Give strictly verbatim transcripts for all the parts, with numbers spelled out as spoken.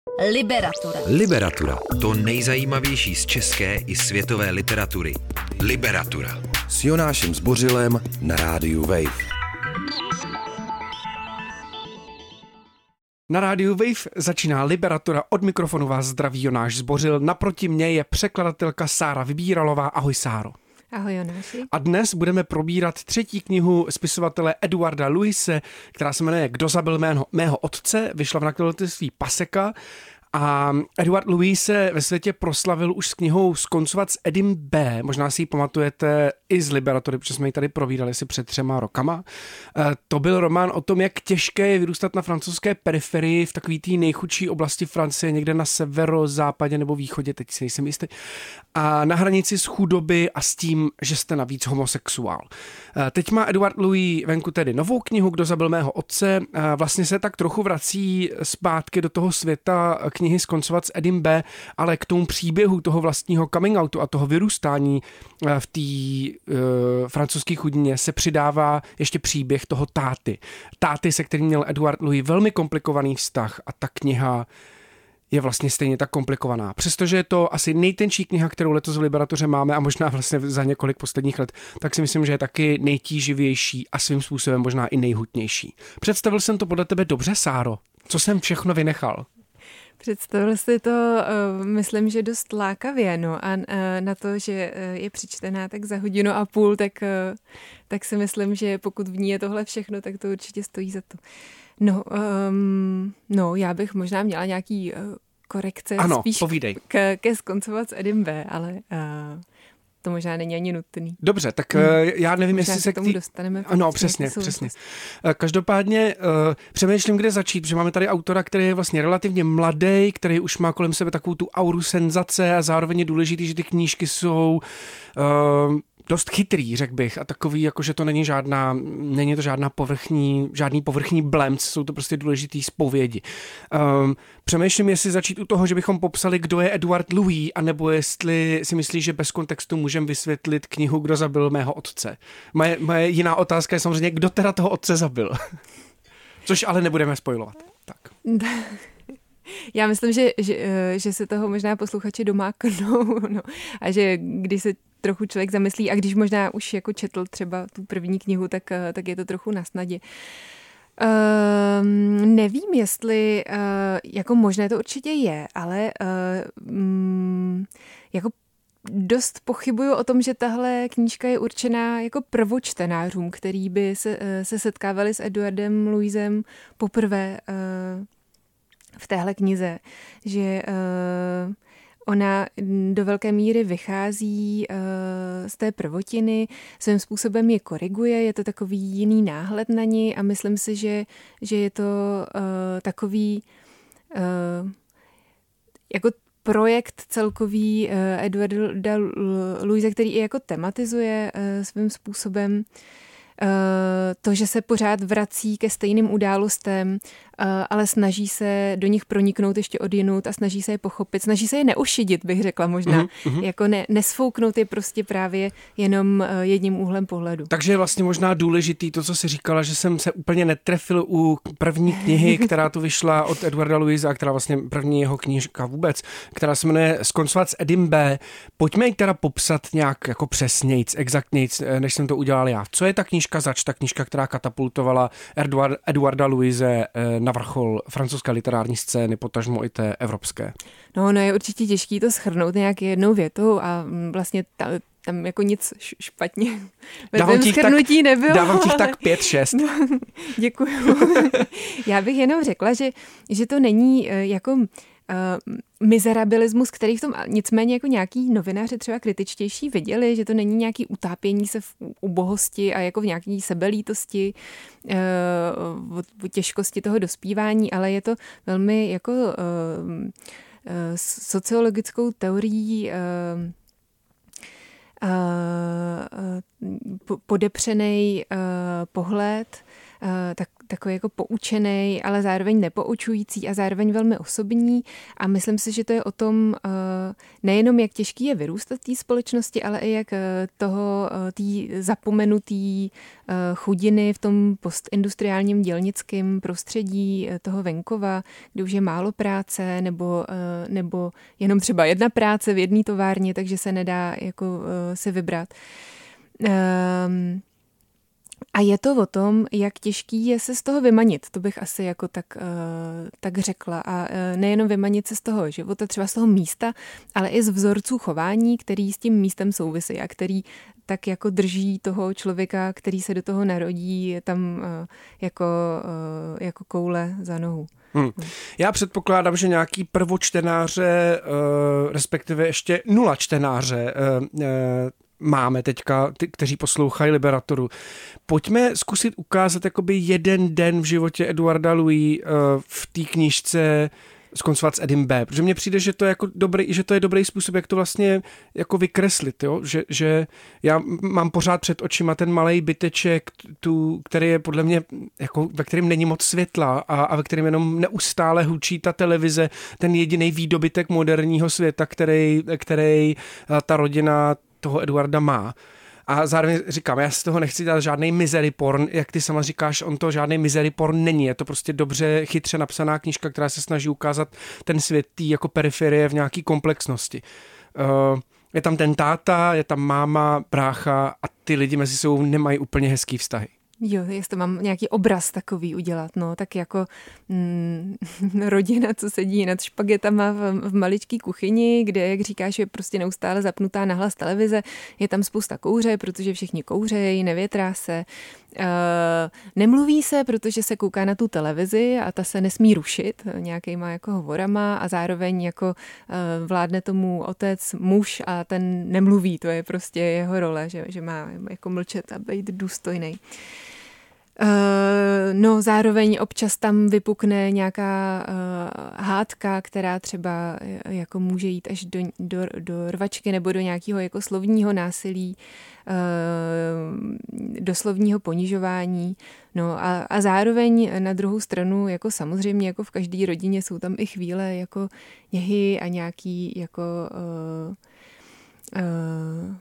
Liberatura. Liberatura. To nejzajímavější z české i světové literatury. Liberatura. S Jonášem Zbořilem na rádiu Wave. Na rádiu Wave začíná Liberatura, od mikrofonu vás zdraví Jonáš Zbořil, naproti mně je překladatelka Sára Vybíralová. Ahoj Sáro. Ahoj Jonáši. A dnes budeme probírat třetí knihu spisovatele Eduarda Luise, která se jmenuje Kdo zabil mého, mého otce, vyšla v nakladatelství Paseka. A Eduard Louis se ve světě proslavil už s knihou Skoncovat s Edim B. Možná si ji pamatujete i z Liberatury, protože jsme ji tady provídali si před třema rokama. To byl román o tom, jak těžké je vyrůstat na francouzské periferii v takové té nejchudší oblasti Francie, někde na severozápadě nebo východě, teď si nejsem jistý, a na hranici s chudoby a s tím, že jste navíc homosexuál. Teď má Eduard Louis venku tedy novou knihu Kdo zabil mého otce. Vlastně se tak trochu vrací zpátky do toho světa knihy Skoncovat s Edim B, ale k tomu příběhu toho vlastního coming outu a toho vyrůstání v té uh, francouzské chudině se přidává ještě příběh toho táty. Táty, se kterým měl Eduard Louis velmi komplikovaný vztah, a ta kniha je vlastně stejně tak komplikovaná. Přestože je to asi nejtenčí kniha, kterou letos v Liberatuře máme a možná vlastně za několik posledních let, tak si myslím, že je taky nejtíživější a svým způsobem možná i nejhutnější. Představil jsem to podle tebe dobře, Sáro? Co jsem všechno vynechal? Představil si to, uh, myslím, že dost lákavě, no, a uh, na to, že uh, je přečtená tak za hodinu a půl, tak, uh, tak si myslím, že pokud v ní je tohle všechno, tak to určitě stojí za to. No, um, no já bych možná měla nějaký uh, korekce ano, spíš povídej. K, ke Skoncovat s Edim B, ale uh, to možná není ani nutný. Dobře, tak hmm. já nevím, možná jestli se k tomu tý... dostaneme. Ano, přesně, přesně. Každopádně uh, přemýšlím, kde začít, že máme tady autora, který je vlastně relativně mladý, který už má kolem sebe takovou tu auru senzace a zároveň je důležitý, že ty knížky jsou uh, dost chytrý, řekl bych, a takový, jako že to není žádná, není to žádná povrchní, žádný povrchní blemc, jsou to prostě důležitý zpovědi. Um, přemýšlím, jestli začít u toho, že bychom popsali, kdo je Eduard Louis, anebo jestli si myslíš, že bez kontextu můžeme vysvětlit knihu Kdo zabil mého otce. Moje, moje jiná otázka je samozřejmě, kdo teda toho otce zabil. Což ale nebudeme spojovat. Tak. Já myslím, že, že, že se toho možná posluchači domáknou, no, a že když se trochu člověk zamyslí a když možná už jako četl třeba tu první knihu, tak, tak je to trochu na snadě. Um, nevím, jestli, uh, jako možné to určitě je, ale uh, um, jako dost pochybuju o tom, že tahle knížka je určená jako prvočtenářům, který by se, se setkávali s Eduardem Louisem poprvé uh, v téhle knize, že uh, ona do velké míry vychází uh, z té prvotiny, svým způsobem je koriguje, je to takový jiný náhled na ní a myslím si, že, že je to uh, takový uh, jako projekt celkový uh, Eduarda Louise, který i jako tematizuje uh, svým způsobem to, že se pořád vrací ke stejným událostem, ale snaží se do nich proniknout ještě odjinud a snaží se je pochopit. Snaží se je neušidit, bych řekla možná. Mm-hmm. Jako ne, nesfouknout je prostě právě jenom jedním úhlem pohledu. Takže je vlastně možná důležitý to, co jsi říkala, že jsem se úplně netrefil u první knihy, která tu vyšla od Eduarda Louise a která vlastně první jeho knížka vůbec, která se jmenuje Skoncovat s Edim B. Pojďme ji teda popsat nějak jako přesnějc, exaktnějc, než jsem to udělal já. Co je ta knížka zač, ta knížka, která katapultovala Eduard, Eduarda Louise na vrchol francouzské literární scény, potažmo i té evropské? No, no je určitě těžký to shrnout nějak jednou větou a vlastně ta, tam jako nic špatně ve tvém shrnutí nebylo. Dávám ti tak pět, šest. No, děkuju. Já bych jenom řekla, že, že to není jako Uh, mizerabilismus, který v tom nicméně jako nějaký novináři třeba kritičtější viděli, že to není nějaký utápění se v ubohosti a jako v nějaký sebelítosti, uh, o, o těžkosti toho dospívání, ale je to velmi jako uh, uh, sociologickou teorií uh, uh, uh, podepřenej uh, pohled tak, takový jako poučený, ale zároveň nepoučující a zároveň velmi osobní a myslím si, že to je o tom nejenom, jak těžký je vyrůstat v té společnosti, ale i jak toho, tý zapomenutý chudiny v tom postindustriálním dělnickém prostředí toho venkova, kde už je málo práce nebo, nebo jenom třeba jedna práce v jedné továrně, takže se nedá jako si vybrat. Um, a je to o tom, jak těžký je se z toho vymanit. To bych asi jako tak, uh, tak řekla. A uh, nejenom vymanit se z toho života, třeba z toho místa, ale i z vzorců chování, který s tím místem souvisí a který tak jako drží toho člověka, který se do toho narodí, je tam uh, jako, uh, jako koule za nohu. Hmm. Já předpokládám, že nějaký prvočtenáře, uh, respektive ještě nula čtenáře uh, uh, máme teďka, ty, kteří poslouchají Liberaturu. Pojďme zkusit ukázat jakoby jeden den v životě Eduarda Louise uh, v té knížce Skoncovat s Edim B. Protože mně přijde, že to je jako dobrý, že to je dobrý způsob, jak to vlastně jako vykreslit, jo? Že, že já mám pořád před očima ten malej byteček, tu, který je podle mě, jako, ve kterém není moc světla a, a ve kterém jenom neustále hučí ta televize, ten jediný výdobytek moderního světa, který, který ta rodina toho Eduarda má. A zároveň říkám, já z toho nechci dát žádný misery porn, jak ty sama říkáš, on to žádný misery porn není, je to prostě dobře, chytře napsaná knížka, která se snaží ukázat ten svět tý jako periferie v nějaký komplexnosti. Uh, je tam ten táta, je tam máma, brácha a ty lidi mezi sebou nemají úplně hezký vztahy. Jo, jestli mám nějaký obraz takový udělat, no, tak jako mm, rodina, co sedí nad špagetama v, v maličký kuchyni, kde, jak říkáš, je prostě neustále zapnutá nahlas televize, je tam spousta kouře, protože všichni kouřejí, nevětrá se, uh, nemluví se, protože se kouká na tu televizi a ta se nesmí rušit nějakýma jako hovorama a zároveň jako uh, vládne tomu otec, muž a ten nemluví, to je prostě jeho role, že, že má jako mlčet a být důstojný. Uh, no zároveň občas tam vypukne nějaká uh, hádka, která třeba jako může jít až do, do, do rvačky nebo do nějakého jako slovního násilí, uh, do slovního ponižování. No a, a zároveň na druhou stranu, jako samozřejmě jako v každé rodině jsou tam i chvíle jako něhy a nějaký jako uh, uh,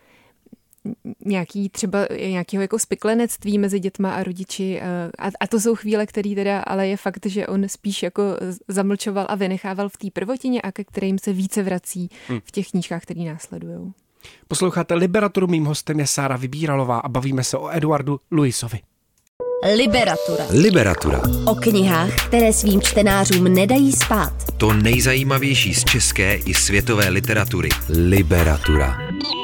nějaký třeba nějakého jako spiklenectví mezi dětma a rodiči a, a to jsou chvíle, které teda, ale je fakt, že on spíš jako zamlčoval a vynechával v té prvotině a ke kterým se více vrací v těch knížkách, které následujou. Posloucháte Liberaturu, mým hostem je Sára Vybíralová a bavíme se o Eduardu Louisovi. Liberatura. Liberatura. O knihách, které svým čtenářům nedají spát. To nejzajímavější z české i světové literatury. Liberatura.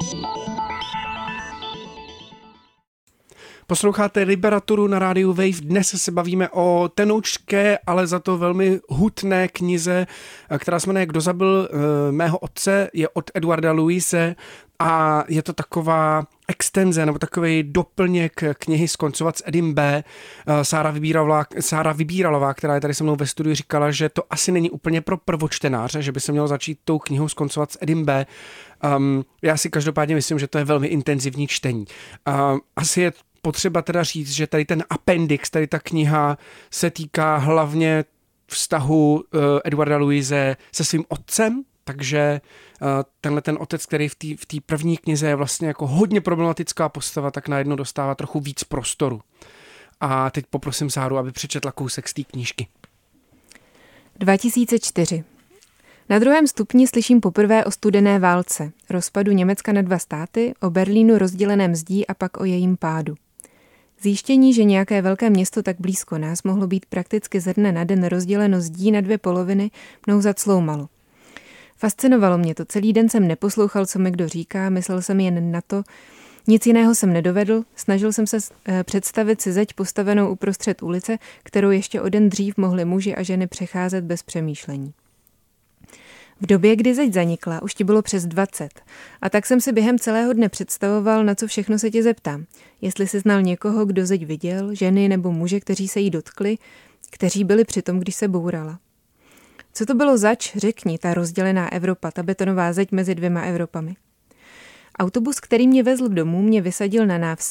Posloucháte Liberaturu na rádiu Wave. Dnes se bavíme o tenoučké, ale za to velmi hutné knize, která se jmenuje Kdo zabil mého otce, je od Eduarda Louise a je to taková extenze nebo takový doplněk knihy Skoncovat s Edim B. Sára Vybíralová, Sára Vybíralová, která je tady se mnou ve studiu, říkala, že to asi není úplně pro prvočtenáře, že by se mělo začít tou knihou Skoncovat s Edim B. Um, já si každopádně myslím, že to je velmi intenzivní čtení. Um, asi je potřeba teda říct, že tady ten appendix, tady ta kniha se týká hlavně vztahu uh, Eduarda Louise se svým otcem, takže uh, tenhle ten otec, který v té v té první knize je vlastně jako hodně problematická postava, tak najednou dostává trochu víc prostoru. A teď poprosím Sáru, aby přečetla kousek z té knížky. dva tisíce čtyři. Na druhém stupni slyším poprvé o studené válce, rozpadu Německa na dva státy, o Berlínu rozděleném zdí a pak o jejím pádu. Zjištění, že nějaké velké město tak blízko nás mohlo být prakticky ze dne na den rozděleno zdí na dvě poloviny, mnou zacloumalo. Fascinovalo mě to, celý den jsem neposlouchal, co mi kdo říká, myslel jsem jen na to, nic jiného jsem nedovedl, snažil jsem se představit si zeď postavenou uprostřed ulice, kterou ještě o den dřív mohli muži a ženy přecházet bez přemýšlení. V době, kdy zeď zanikla, už ti bylo přes dvacet. A tak jsem si během celého dne představoval, na co všechno se tě zeptám. Jestli jsi znal někoho, kdo zeď viděl, ženy nebo muže, kteří se jí dotkli, kteří byli přitom, když se bourala. Co to bylo zač, řekni, ta rozdělená Evropa, ta betonová zeď mezi dvěma Evropami. Autobus, který mě vezl domů, mě vysadil na návsi.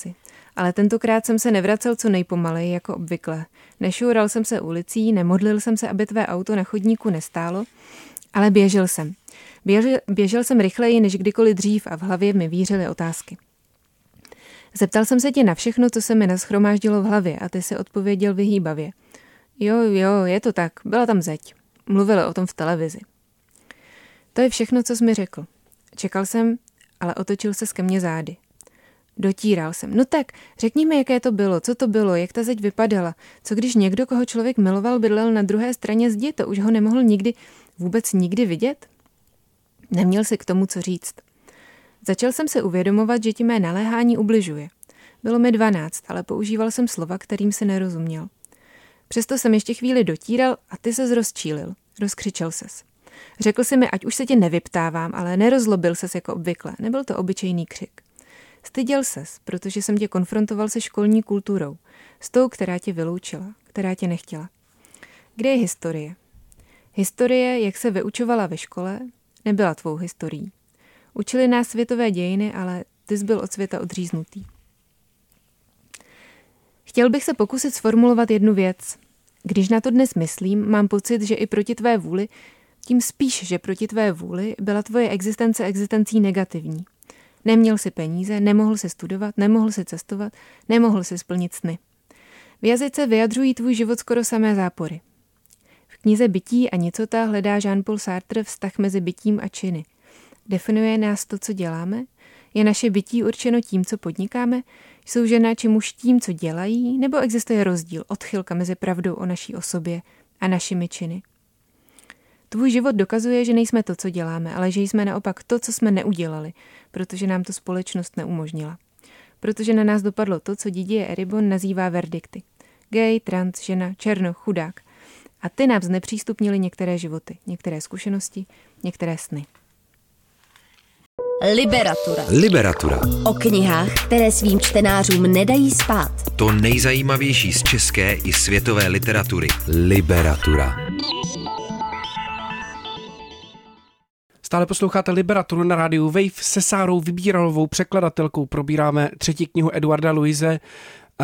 Ale tentokrát jsem se nevracel co nejpomaleji, jako obvykle. Nešoural jsem se ulicí, nemodlil jsem se, aby tvé auto na chodníku nestálo, ale běžel jsem. Běžel, běžel jsem rychleji než kdykoliv dřív a v hlavě mi vířily otázky. Zeptal jsem se tě na všechno, co se mi nashromáždilo v hlavě a ty si odpověděl vyhýbavě. Jo, jo, je to tak, byla tam zeď. Mluvili o tom v televizi. To je všechno, co jsi mi řekl. Čekal jsem, ale otočil se ke mně zády. Dotíral jsem. No tak, řekni mi, jaké to bylo, co to bylo, jak ta zeď vypadala. Co když někdo, koho člověk miloval, bydlel na druhé straně zdi, to už ho nemohl nikdy, vůbec nikdy vidět? Neměl si k tomu co říct. Začal jsem se uvědomovat, že ti mé naléhání ubližuje. Bylo mi dvanáct, ale používal jsem slova, kterým si nerozuměl. Přesto jsem ještě chvíli dotíral a ty ses rozčílil. Rozkřičel ses. Řekl si mi, ať už se tě nevyptávám, ale nerozlobil ses jako obvykle. Nebyl to obyčejný křik. Styděl ses, protože jsem tě konfrontoval se školní kulturou. S tou, která tě vyloučila, která tě nechtěla. Kde je historie? Historie, jak se vyučovala ve škole, nebyla tvou historií. Učili nás světové dějiny, ale ty jsi byl od světa odříznutý. Chtěl bych se pokusit sformulovat jednu věc. Když na to dnes myslím, mám pocit, že i proti tvé vůli, tím spíš, že proti tvé vůli, byla tvoje existence existencí negativní. Neměl si peníze, nemohl si studovat, nemohl si cestovat, nemohl si splnit sny. V jazyce vyjadřují tvůj život skoro samé zápory. V knize Bytí a nicota hledá Jean-Paul Sartre vztah mezi bytím a činy. Definuje nás to, co děláme? Je naše bytí určeno tím, co podnikáme? Jsou žena či muž tím, co dělají? Nebo existuje rozdíl, odchylka mezi pravdou o naší osobě a našimi činy? Tvůj život dokazuje, že nejsme to, co děláme, ale že jsme naopak to, co jsme neudělali, protože nám to společnost neumožnila. Protože na nás dopadlo to, co Didier Eribon nazývá verdikty. Gay, trans, žena, černoch, chudák. A ty nám znepřístupnili některé životy, některé zkušenosti, některé sny. Liberatura. Liberatura. O knihách, které svým čtenářům nedají spát. To nejzajímavější z české i světové literatury. Liberatura. Stále posloucháte Liberaturu na rádiu Wave se Sárou Vybíralovou, překladatelkou. Probíráme třetí knihu Eduarda Luise. Uh,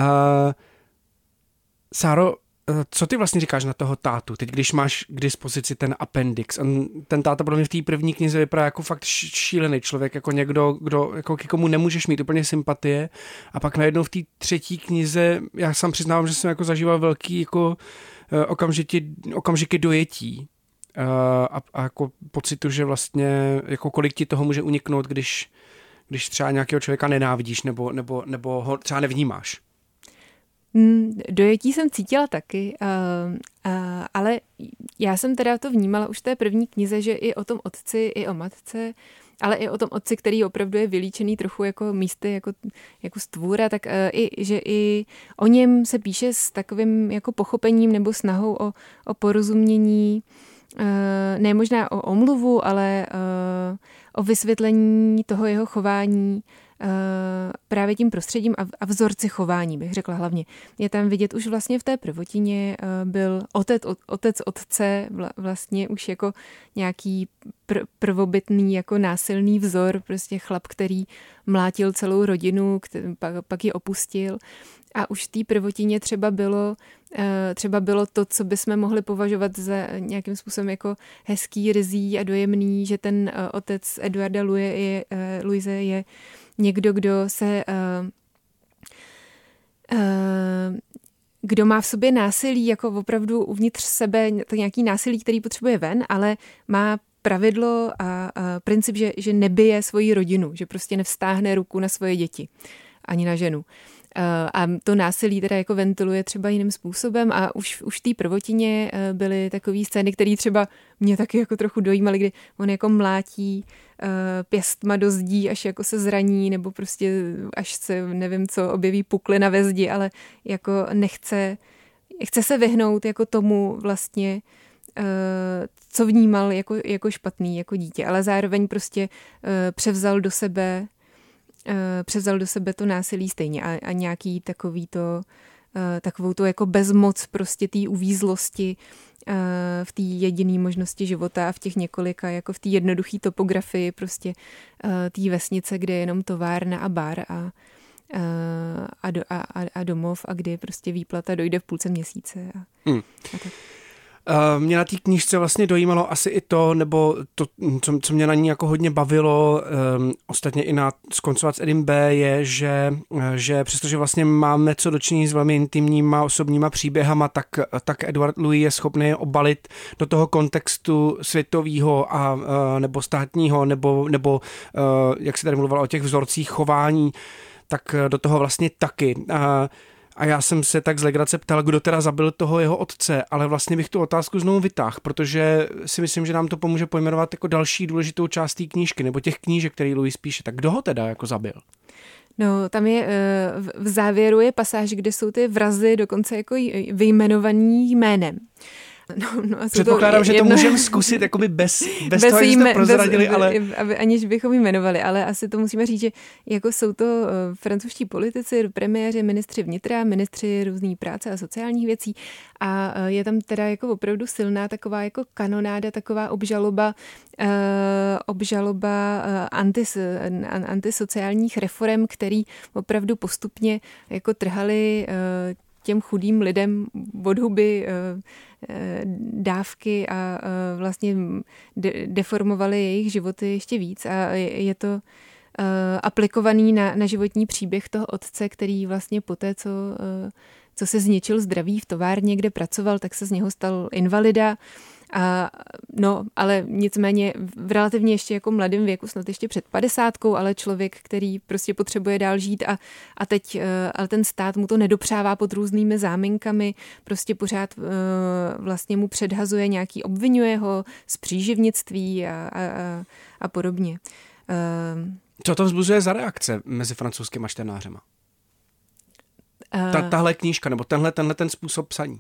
Sáro, co ty vlastně říkáš na toho tátu, teď když máš k dispozici ten appendix? On, ten táta podle mě v té první knize vypadá jako fakt šílený člověk, jako někdo, kdo, jako k komu nemůžeš mít úplně sympatie, a pak najednou v té třetí knize, já sám přiznávám, že jsem jako zažíval velký jako okamžiky, okamžiky dojetí a, a jako pocitu, že vlastně jako kolik ti toho může uniknout, když, když třeba nějakého člověka nenávidíš nebo, nebo, nebo ho třeba nevnímáš. Dojetí jsem cítila taky, uh, uh, ale já jsem teda to vnímala už v té první knize, že i o tom otci, i o matce, ale i o tom otci, který opravdu je vylíčený trochu jako místy, jako, jako stvůra, tak uh, i, že i o něm se píše s takovým jako pochopením nebo snahou o, o porozumění, uh, ne možná o omluvu, ale uh, o vysvětlení toho jeho chování, Uh, právě tím prostředím a, a vzorci chování, bych řekla hlavně. Je tam vidět už vlastně v té prvotině uh, byl otec, otec otce vla, vlastně už jako nějaký pr- prvobytný jako násilný vzor, prostě chlap, který mlátil celou rodinu, který, pak, pak ji opustil. A už v té prvotině třeba bylo, uh, třeba bylo to, co bychom mohli považovat za nějakým způsobem jako hezký, ryzí a dojemný, že ten uh, otec Eduarda Luise je, uh, Luise je někdo, kdo se, uh, uh, kdo má v sobě násilí, jako opravdu uvnitř sebe, to nějaký násilí, který potřebuje ven, ale má pravidlo a, a princip, že, že nebije svoji rodinu, že prostě nevstáhne ruku na svoje děti, ani na ženu. A to násilí teda jako ventiluje třeba jiným způsobem a už, už v té prvotině byly takové scény, které třeba mě taky jako trochu dojímaly, kdy on jako mlátí pěstma do zdí, až jako se zraní, nebo prostě až se, nevím co, objeví puklina ve zdi, ale jako nechce, chce se vyhnout jako tomu vlastně, co vnímal jako, jako špatný, jako dítě, ale zároveň prostě převzal do sebe převzal do sebe to násilí stejně a, a nějaký takový to, takovou to jako bezmoc prostě té uvízlosti v té jediné možnosti života a v těch několika, jako v té jednoduché topografii prostě té vesnice, kde je jenom továrna a bar a, a, do, a, a domov a kdy prostě výplata dojde v půlce měsíce. A, hmm. a tak. Uh, mě na té knížce vlastně dojímalo asi i to, nebo to, co, co mě na ní jako hodně bavilo, um, ostatně i na Skoncovat s Edim B, je, že, že přestože vlastně máme co dočinit s velmi intimníma osobníma příběhama, tak, tak Edward Louis je schopný je obalit do toho kontextu světového a uh, nebo státního, nebo, nebo uh, jak se tady mluvilo o těch vzorcích chování, tak do toho vlastně taky. Uh, A já jsem se tak z legrace ptal, kdo teda zabil toho jeho otce, ale vlastně bych tu otázku znovu vytáhl, protože si myslím, že nám to pomůže pojmenovat jako další důležitou část té knížky, nebo těch knížek, který Louis píše. Tak kdo ho teda jako zabil? No, tam je v závěru je pasáž, kde jsou ty vrazy dokonce jako vyjmenovaný jménem. No, no Předpokládám, to že jedno... to můžeme zkusit jakoby bez, bez, bez toho, jim, to prozradili, bez, ale... Aby, aniž bychom jmenovali, ale asi to musíme říct, že jako jsou to uh, francouzští politici, premiéři, ministři vnitra, ministři různý práce a sociálních věcí a uh, je tam teda jako opravdu silná taková jako kanonáda, taková obžaloba uh, obžaloba uh, antis, uh, antisociálních reforem, který opravdu postupně jako trhali uh, těm chudým lidem od huby dávky a vlastně deformovaly jejich životy ještě víc a je to aplikovaný na, na životní příběh toho otce, který vlastně poté, co, co se zničil zdraví v továrně, kde pracoval, tak se z něho stal invalida. A, no, ale nicméně v relativně ještě jako mladém věku, snad ještě před padesátkou, ale člověk, který prostě potřebuje dál žít a, a teď, ale ten stát mu to nedopřává pod různými záminkami, prostě pořád vlastně mu předhazuje nějaký, obvinuje ho z příživnictví a, a, a, a podobně. Co to vzbuzuje za reakce mezi francouzskýma čtenářema? Ta, tahle knížka, nebo tenhle, tenhle ten způsob psaní?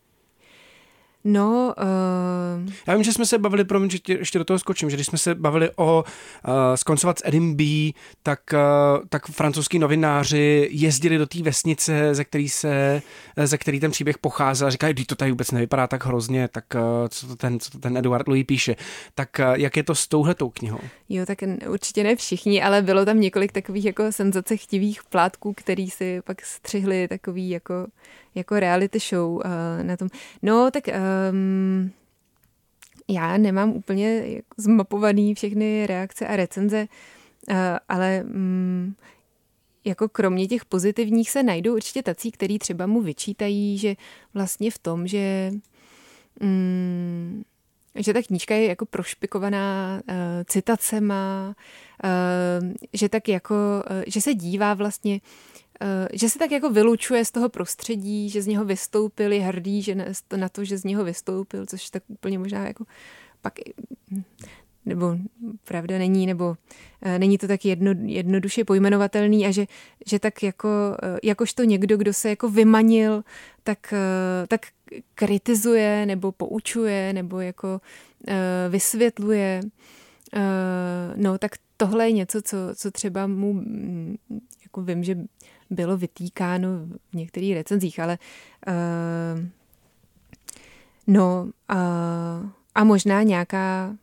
No, uh... Já vím, že jsme se bavili, promiň, že ještě do toho skočím, že když jsme se bavili o uh, Skoncovat s Edim B, tak, uh, tak francouzský novináři jezdili do té vesnice, ze který, se, ze který ten příběh pocházel a říkají, když to tady vůbec nevypadá tak hrozně, tak uh, co, to ten, co to ten Edward Louis píše. Tak uh, jak je to s touhletou knihou? Jo, tak určitě ne všichni, ale bylo tam několik takových jako senzacechtivých plátků, který si pak střihli takový jako jako reality show uh, na tom. No, tak um, já nemám úplně jako zmapovaný všechny reakce a recenze, uh, ale um, jako kromě těch pozitivních se najdou určitě tací, který třeba mu vyčítají, že vlastně v tom, že um, že ta knížka je jako prošpikovaná uh, citacema, uh, že tak jako, uh, že se dívá vlastně že se tak jako vylučuje z toho prostředí, že z něho vystoupil, je hrdý že na to, že z něho vystoupil, což tak úplně možná jako pak, nebo pravda není, nebo není to tak jedno, jednoduše pojmenovatelný a že, že tak jako, jakožto někdo, kdo se jako vymanil, tak, tak kritizuje nebo poučuje nebo jako vysvětluje. No, tak tohle je něco, co, co třeba mu, jako vím, že bylo vytýkáno v některých recenzích, ale uh, no uh, a možná nějaká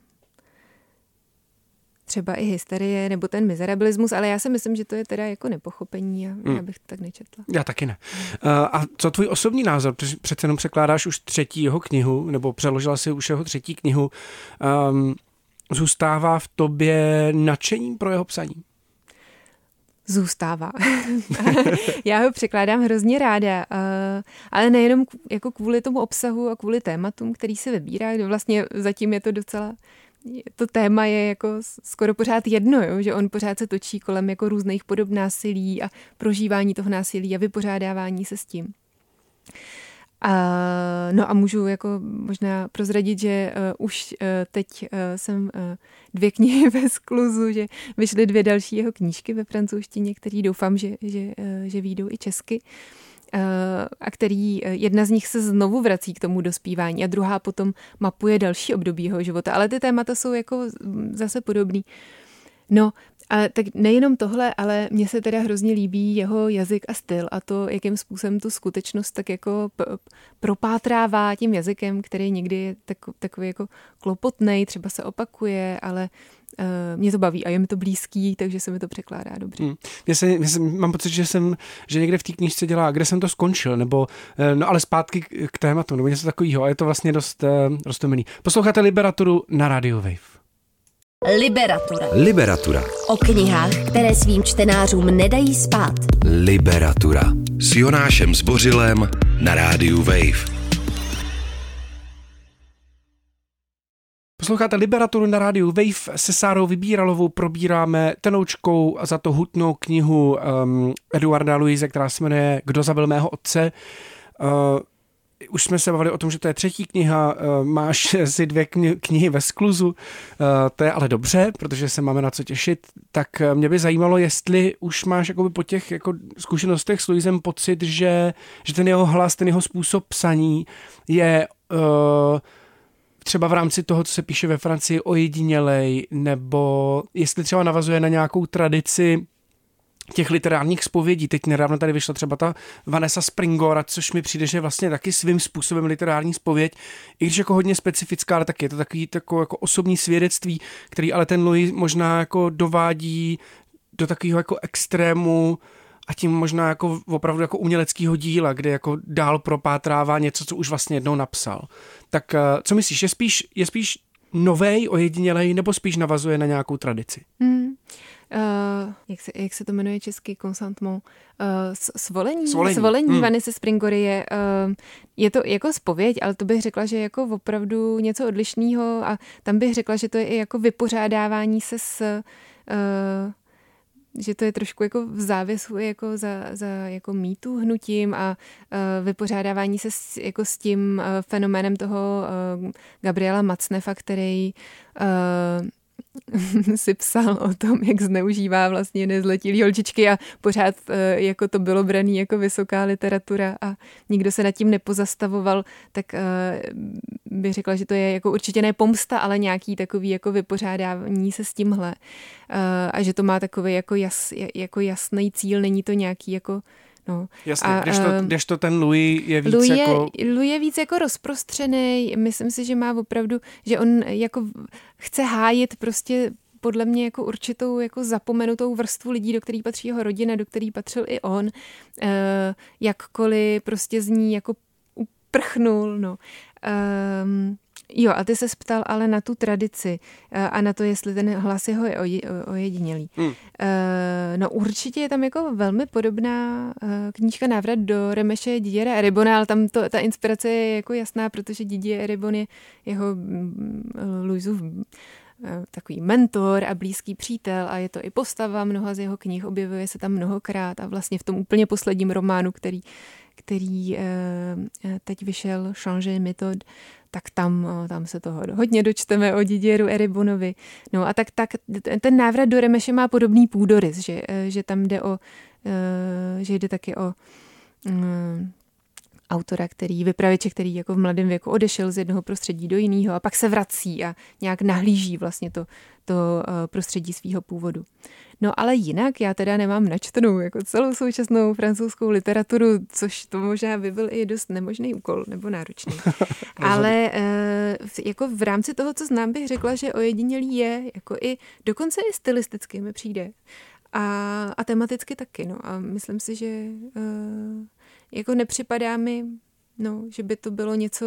třeba i hysterie nebo ten mizerabilismus, ale já si myslím, že to je teda jako nepochopení a hmm. já bych to tak nečetla. Já taky ne. Uh, a co tvůj osobní názor? Přece jenom překládáš už třetí jeho knihu, nebo přeložila si už jeho třetí knihu. Um, zůstává v tobě nadšením pro jeho psaní? Zůstává. Já ho překládám hrozně ráda, ale nejenom jako kvůli tomu obsahu a kvůli tématům, který se vybírá. Vlastně zatím je to docela, to téma je jako skoro pořád jedno, jo? Že on pořád se točí kolem jako různých podob násilí a prožívání toho násilí a vypořádávání se s tím. A, no a můžu jako možná prozradit, že uh, už uh, teď uh, jsem uh, dvě knihy ve skluzu, že vyšly dvě další jeho knížky ve francouzštině, které doufám, že, že, uh, že vyjdou i česky. Uh, a který, uh, jedna z nich se znovu vrací k tomu dospívání a druhá potom mapuje další období jeho života. Ale ty témata jsou jako zase podobný. No A tak nejenom tohle, ale mně se teda hrozně líbí jeho jazyk a styl a to, jakým způsobem tu skutečnost tak jako p- propátrává tím jazykem, který někdy je tak, takový jako klopotnej, třeba se opakuje, ale uh, mě to baví a je mi to blízký, takže se mi to překládá dobře. Hmm. Mě se, mě se, mám pocit, že jsem, že někde v té knížce dělá, kde jsem to skončil, nebo, no ale zpátky k tématu, nebo něco takového a je to vlastně dost uh, roztomilý. Posloucháte Liberaturu na Radio Wave. Liberatura. Liberatura. O knihách, které svým čtenářům nedají spát. Liberatura. S Jonášem Zbořilem na rádiu Wave. Posloucháte Liberaturu na rádiu Wave. Se Sárou Vybíralovou probíráme tenoučkou za to hutnou knihu um, Eduarda Luise, která se jmenuje Kdo zabil mého otce. Uh, Už jsme se bavili o tom, že to je třetí kniha, máš si dvě knihy ve skluzu, to je ale dobře, protože se máme na co těšit, tak mě by zajímalo, jestli už máš jakoby po těch jako zkušenostech s Luisem pocit, že, že ten jeho hlas, ten jeho způsob psaní je uh, třeba v rámci toho, co se píše ve Francii, ojedinělej, nebo jestli třeba navazuje na nějakou tradici těch literárních zpovědí. Teď nedávno tady vyšla třeba ta Vanessa Springora, což mi přijde, že je vlastně taky svým způsobem literární zpověď, i když jako hodně specifická, ale taky je to takový tako, jako osobní svědectví, který ale ten Louis možná jako dovádí do takového jako extrému a tím možná jako opravdu jako uměleckého díla, kde jako dál propátrává něco, co už vlastně jednou napsal. Tak co myslíš, je spíš, je spíš novej, ojedinělej, nebo spíš navazuje na nějakou tradici? Hmm. Uh, jak, se, jak se to jmenuje český consentement? Uh, svolení? Svolení, svolení hmm. Vanessy Springory je, uh, je to jako zpověď, ale to bych řekla, že je jako opravdu něco odlišného a tam bych řekla, že to je i jako vypořádávání se s uh, že to je trošku jako v závěsu jako za, za jako mýtu hnutím a uh, vypořádávání se s, jako s tím uh, fenoménem toho uh, Gabriela Matzneffa, který uh, si psal o tom, jak zneužívá vlastně nezletilý holčičky a pořád jako to bylo braný jako vysoká literatura a nikdo se nad tím nepozastavoval, tak bych řekla, že to je jako určitě ne pomsta, ale nějaký takový jako vypořádání se s tímhle a že to má takový jako, jas, jako jasný cíl, není to nějaký jako no. Jasně, a, kdežto, kdežto ten Louis je víc Louis jako... Je, Louis je víc jako rozprostřený, myslím si, že má opravdu, že on jako chce hájit prostě podle mě jako určitou jako zapomenutou vrstvu lidí, do který patří jeho rodina, do který patřil i on, e, jakkoliv prostě z ní jako uprchnul, no. Um, Jo, a ty se ptal ale na tu tradici a na to, jestli ten hlas jeho je ojedinělý. Hmm. No určitě je tam jako velmi podobná knížka Návrat do Remeše Didiera Eribona, ale tam to, ta inspirace je jako jasná, protože Didier Eribon je jeho Louisův takový mentor a blízký přítel a je to i postava mnoha z jeho knih, objevuje se tam mnohokrát a vlastně v tom úplně posledním románu, který, který teď vyšel, Changer méthode, tak tam, tam se toho hodně dočteme o Didieru Eribonovi. No a tak, tak ten Návrat do Remeše má podobný půdorys, že, že tam jde o, že jde taky o um, autora, který, vypravěče, který jako v mladém věku odešel z jednoho prostředí do jiného a pak se vrací a nějak nahlíží vlastně to, to prostředí svého původu. No ale jinak já teda nemám načtenou jako celou současnou francouzskou literaturu, což to možná by byl i dost nemožný úkol nebo náročný. Ale jako v rámci toho, co znám, bych řekla, že ojedinělý je, jako i dokonce i stylisticky mi přijde. A, a tematicky taky, no. A myslím si, že uh, jako nepřipadá mi, no, že by to bylo něco,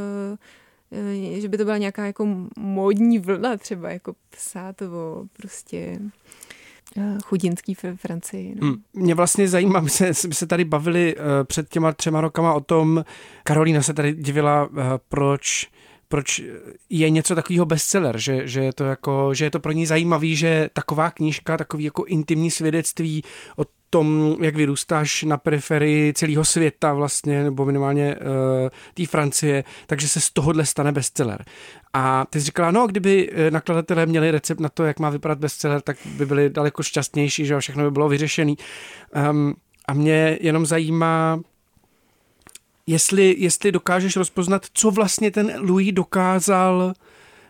uh, uh, že by to byla nějaká jako módní vlna třeba, jako psát o prostě uh, chudinský v Francii. No. Hmm. Mě vlastně zajímá, my se, my se tady bavili uh, před těma třema rokama o tom, Karolína se tady divila, uh, proč proč je něco takového bestseller, že, že, je to jako, že je to pro ní zajímavý, že taková knížka, takový jako intimní svědectví o tom, jak vyrůstáš na periferii celého světa vlastně, nebo minimálně uh, té Francie, takže se z tohohle stane bestseller. A ty jsi říkala, no, kdyby nakladatelé měli recept na to, jak má vypadat bestseller, tak by byli daleko šťastnější, že všechno by bylo vyřešený. Um, a mě jenom zajímá, Jestli, jestli dokážeš rozpoznat, co vlastně ten Louis dokázal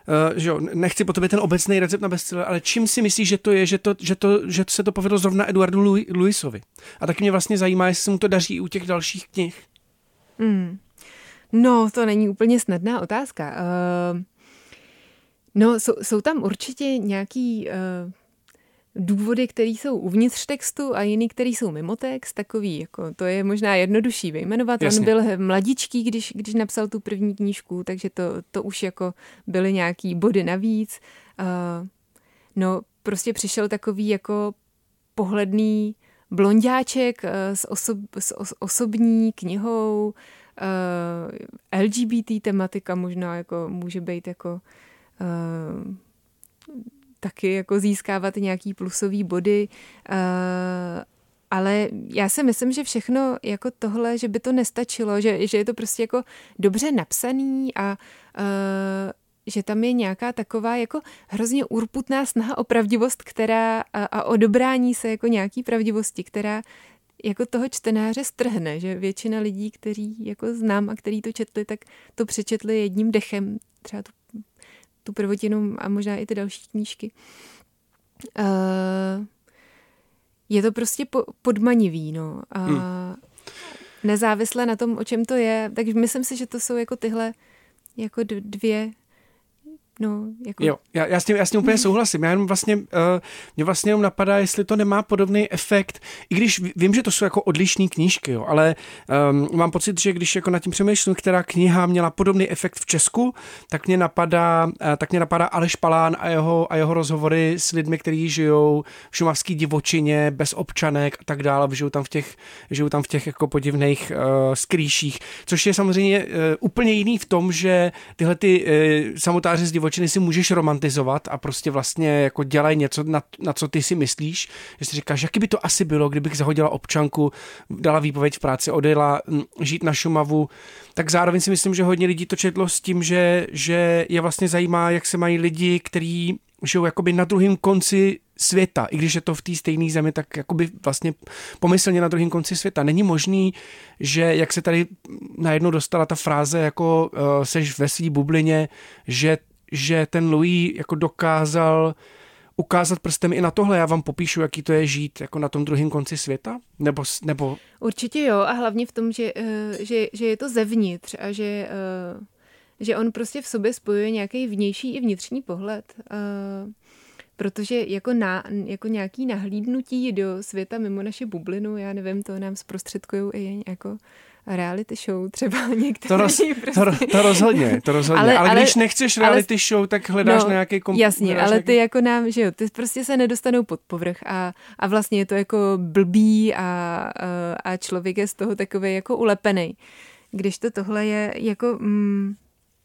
uh, že jo, nechci po tobě ten obecný recept na bestseller, ale čím si myslíš, že to je, že, to, že, to, že se to povedlo zrovna Eduardu Louisovi? A taky mě vlastně zajímá, jestli se mu to daří i u těch dalších knih. Hmm. No, to není úplně snadná otázka. Uh, no, jsou, jsou tam určitě nějaký uh, důvody, které jsou uvnitř textu a jiný, které jsou mimo text. Takový, jako, to je možná jednodušší vyjmenovat. Jasně. On byl mladičký, když, když napsal tu první knížku, takže to, to už jako byly nějaký body navíc. Uh, no, prostě přišel takový jako pohledný blonďáček uh, s, osob, s os, osobní knihou. Uh, L G B T tematika možná jako může být jako uh, taky jako získávat nějaký plusový body, uh, ale já si myslím, že všechno jako tohle, že by to nestačilo, že, že je to prostě jako dobře napsaný a uh, že tam je nějaká taková jako hrozně urputná snaha o pravdivost, která a, a o dobrání se jako nějaký pravdivosti, která jako toho čtenáře strhne, že většina lidí, kteří jako znám a kteří to četli, tak to přečetli jedním dechem, třeba tu, tu prvotinu a možná i ty další knížky. Uh, je to prostě po, podmanivý, no. A hmm. nezávisle na tom, o čem to je, takže myslím si, že to jsou jako tyhle jako dvě. No, jako... Jo, já, já, s tím, já s tím úplně souhlasím. Já jenom vlastně, uh, mě vlastně jenom napadá, jestli to nemá podobný efekt, i když vím, že to jsou jako odlišné knížky, jo, ale um, mám pocit, že když jako nad tím přemýšlím, která kniha měla podobný efekt v Česku, tak mě napadá, uh, tak mě napadá Aleš Palán a jeho, a jeho rozhovory s lidmi, kteří žijou v šumavské divočině, bez občanek a tak dále, žijou tam v těch, žijou tam v těch jako podivných uh, skrýších, což je samozřejmě uh, úplně jiný v tom, že tyhle ty uh, samotáři z divočiny si můžeš romantizovat a prostě vlastně jako dělaj něco, na, na co ty si myslíš, že si říkáš, jaký by to asi bylo, kdybych zahodila občanku, dala výpověď v práci, odjela žít na Šumavu, tak zároveň si myslím, že hodně lidí to četlo s tím, že, že je vlastně zajímá, jak se mají lidi, kteří žijou jakoby na druhém konci světa, i když je to v té stejné zemi, tak jakoby vlastně pomyslně na druhém konci světa. Není možný, že jak se tady najednou dostala ta fráze, jako uh, seš ve svý bublině, že že ten Louis jako dokázal ukázat prstem i na tohle. Já vám popíšu, jaký to je žít jako na tom druhém konci světa? Nebo, nebo... Určitě jo a hlavně v tom, že, že, že je to zevnitř a že, že on prostě v sobě spojuje nějaký vnější i vnitřní pohled. Protože jako, na, jako nějaký nahlídnutí do světa mimo naši bublinu, já nevím, to nám zprostředkují i jako reality show třeba některý. To, roz, prostě. to, to rozhodně, to rozhodně. Ale, ale, ale když nechceš reality ale, show, tak hledáš no, nějaký komp... Jasně, ale nějaký... ty jako nám, že jo, ty prostě se nedostanou pod povrch a, a vlastně je to jako blbý a, a, a člověk je z toho takový jako ulepený. Když to tohle je jako... Mm,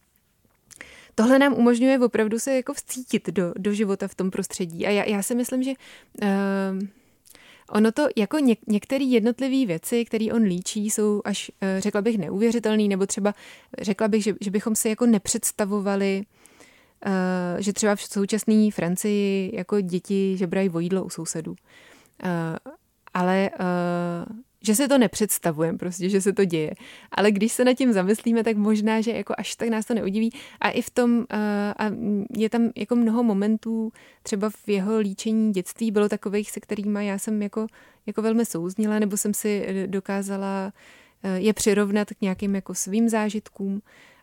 tohle nám umožňuje opravdu se jako vcítit do, do života v tom prostředí. A já, já si myslím, že uh, ono to jako něk, některé jednotlivé věci, které on líčí, jsou až, uh, řekla bych, neuvěřitelné, nebo třeba řekla bych, že, že bychom si jako nepředstavovali, uh, že třeba v současné Francii jako děti žebrají o jídlo u sousedů. Uh, ale... Uh, že se to nepředstavujeme prostě, že se to děje. Ale když se nad tím zamyslíme, tak možná, že jako až tak nás to neudiví. A i v tom, a je tam jako mnoho momentů, třeba v jeho líčení dětství bylo takových, se kterými já jsem jako, jako velmi souznila, nebo jsem si dokázala je přirovnat k nějakým jako svým zážitkům.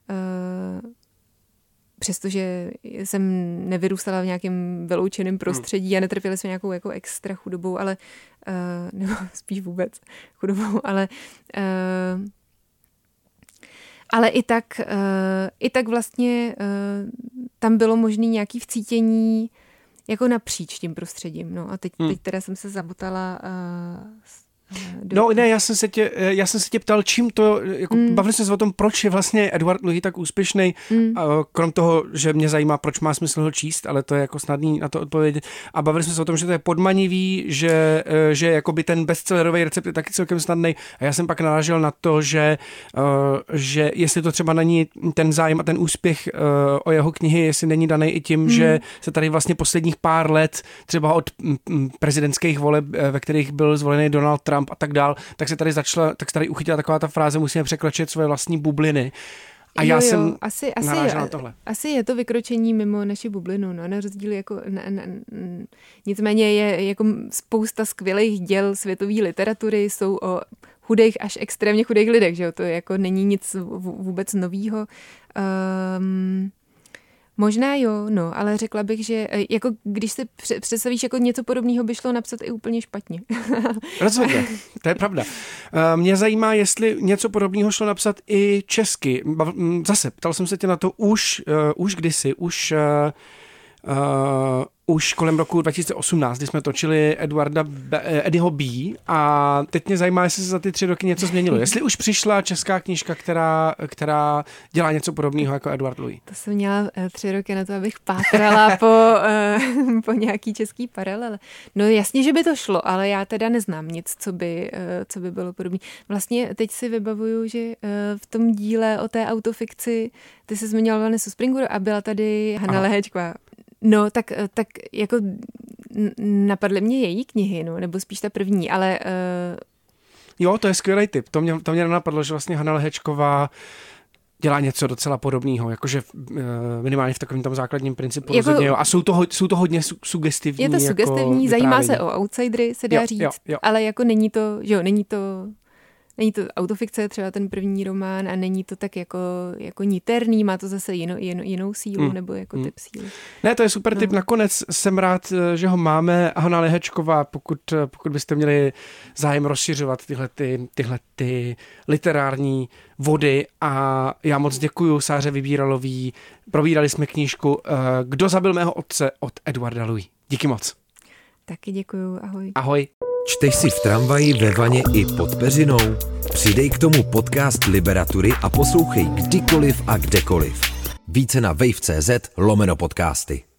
Přestože jsem nevyrůstala v nějakém vyloučeném prostředí a netrpěla jsem nějakou jako extra chudobou, ale uh, nebo spíš vůbec chudobou, ale uh, ale i tak, uh, i tak vlastně uh, tam bylo možné nějaké vcítění jako napříč tím prostředím. No a teď, hmm. teď teda jsem se zamotala uh, Do... No ne, já jsem se tě, já jsem se tě ptal, čím to, jako mm. bavili jsme se o tom, proč je vlastně Eduard Louis tak úspěšný, mm. krom toho, že mě zajímá, proč má smysl ho číst, ale to je jako snadný na to odpovědět. A bavili jsme se o tom, že to je podmanivý, že, že jakoby ten bestsellerový recept je taky celkem snadný. A já jsem pak narážel na to, že, že jestli to třeba není ten zájem a ten úspěch o jeho knihy, jestli není daný i tím, mm. že se tady vlastně posledních pár let, třeba od prezidentských voleb, ve kterých byl zvolený Donald Trump a tak dál, tak se tady začala, tak se tady uchytila taková ta fráze, musíme překročit svoje vlastní bubliny. A já jo, jo, jsem asi, asi, narážel je, na tohle. Asi je to vykročení mimo naši bublinu, no, na rozdíl jako, na, na, nicméně je jako spousta skvělých děl světové literatury, jsou o chudých až extrémně chudých lidech, že jo, to jako není nic vůbec novýho. Um, Možná jo, no, ale řekla bych, že jako když si představíš, jako něco podobného by šlo napsat i úplně špatně. Rozhodně, to je pravda. Mě zajímá, jestli něco podobného šlo napsat i česky. Zase, ptal jsem se tě na to už, uh, už kdysi, už... Uh, Uh, už kolem roku dva tisíce osmnáct, kdy jsme točili Eduarda B, Eddieho B. A teď mě zajímá, jestli se za ty tři roky něco změnilo. Jestli už přišla česká knížka, která, která dělá něco podobného jako Eduard Louis. To jsem měla tři roky na to, abych pátrala po, uh, po nějaký český paralele. No jasně, že by to šlo, ale já teda neznám nic, co by, uh, co by bylo podobné. Vlastně teď si vybavuju, že uh, v tom díle o té autofikci ty jsi zmiňovala Vanessu Springovou a byla tady Hana Lehečková. No, tak, tak jako napadly mě její knihy, no, nebo spíš ta první, ale... Uh... Jo, to je skvělý tip. To mě, to mě napadlo, že vlastně Hana Lehečková dělá něco docela podobného, jakože uh, minimálně v takovém tom základním principu jako, rozhodně, jo. A jsou to, jsou to hodně su- sugestivní. Je to jako sugestivní, zajímá se o outsidery, se dá jo, říct, jo, jo. ale jako není to, že jo, není to... Není to autofikce, třeba ten první román, a není to tak jako, jako niterný, má to zase jinou, jinou, jinou sílu, mm. nebo jako typ síly. Ne, to je super no. tip. Nakonec jsem rád, že ho máme. Hana Lehečková, pokud, pokud byste měli zájem rozšiřovat tyhle, ty, tyhle ty literární vody, a já moc děkuju Sáře Vybíralový. Probírali jsme knížku Kdo zabil mého otce od Eduarda Louis. Díky moc. Taky děkuju, ahoj. Ahoj. Čteš si v tramvaji, ve vaně i pod peřinou? Přidej k tomu podcast Liberatury a poslouchej kdykoliv a kdekoliv. Více na wave tečka cz lomeno podcasty.